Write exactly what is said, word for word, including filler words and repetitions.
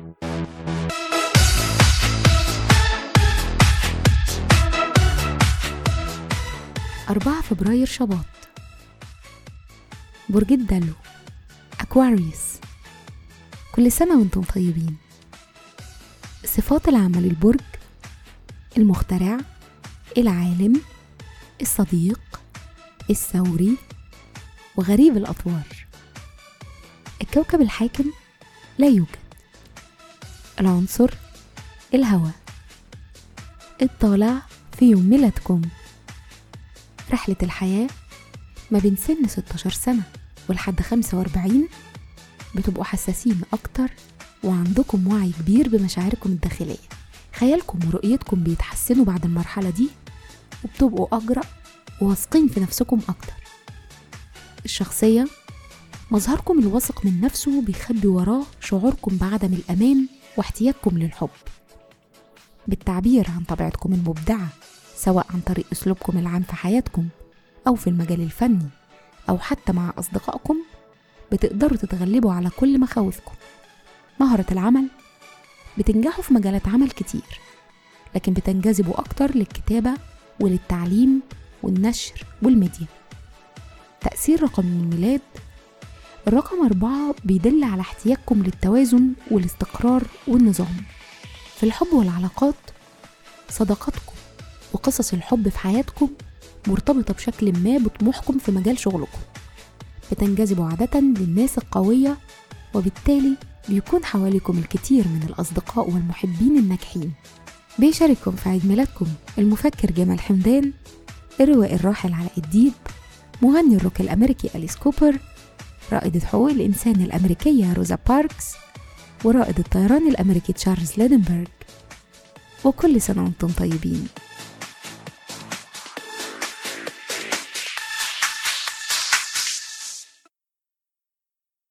أربعة فبراير شباط، برج الدلو، أكواريوس. كل سنة وانتم طيبين. صفات العمل البرج: المخترع، العالم، الصديق، الثوري، وغريب الأطوار. الكوكب الحاكم لا يوجد. العنصر الهواء. الطالع في يوم ميلادكم. رحلة الحياة ما بين سن ستة عشر سنة ولحد خمسة وأربعين بتبقوا حساسين أكتر وعندكم وعي كبير بمشاعركم الداخلية. خيالكم ورؤيتكم بيتحسنوا بعد المرحلة دي وبتبقوا أجرأ وواثقين في نفسكم أكتر. الشخصية: مظهركم الواثق من نفسه بيخبي وراه شعوركم بعدم الأمان واحتياجكم للحب. بالتعبير عن طبيعتكم المبدعة، سواء عن طريق أسلوبكم العام في حياتكم أو في المجال الفني أو حتى مع أصدقائكم، بتقدروا تتغلبوا على كل مخاوفكم. مهارة العمل: بتنجحوا في مجالات عمل كتير، لكن بتنجذبوا أكتر للكتابة وللتعليم والنشر والميديا. تأثير رقم الميلاد: الرقم أربعة بيدل على احتياجكم للتوازن والاستقرار والنظام. في الحب والعلاقات، صداقاتكم وقصص الحب في حياتكم مرتبطة بشكل ما بطموحكم في مجال شغلكم. بتنجذبوا عادة للناس القوية، وبالتالي بيكون حواليكم الكثير من الأصدقاء والمحبين الناجحين. بيشارككم في عيد ميلادكم المفكر جمال حمدان، الروائي الراحل علاء الديب، مغني الروك الأمريكي أليس كوبر، رائدة حقوق الإنسان الأمريكية روزا باركس، ورائد الطيران الأمريكي تشارلز ليدنبرغ. وكل سنة وانتم طيبين.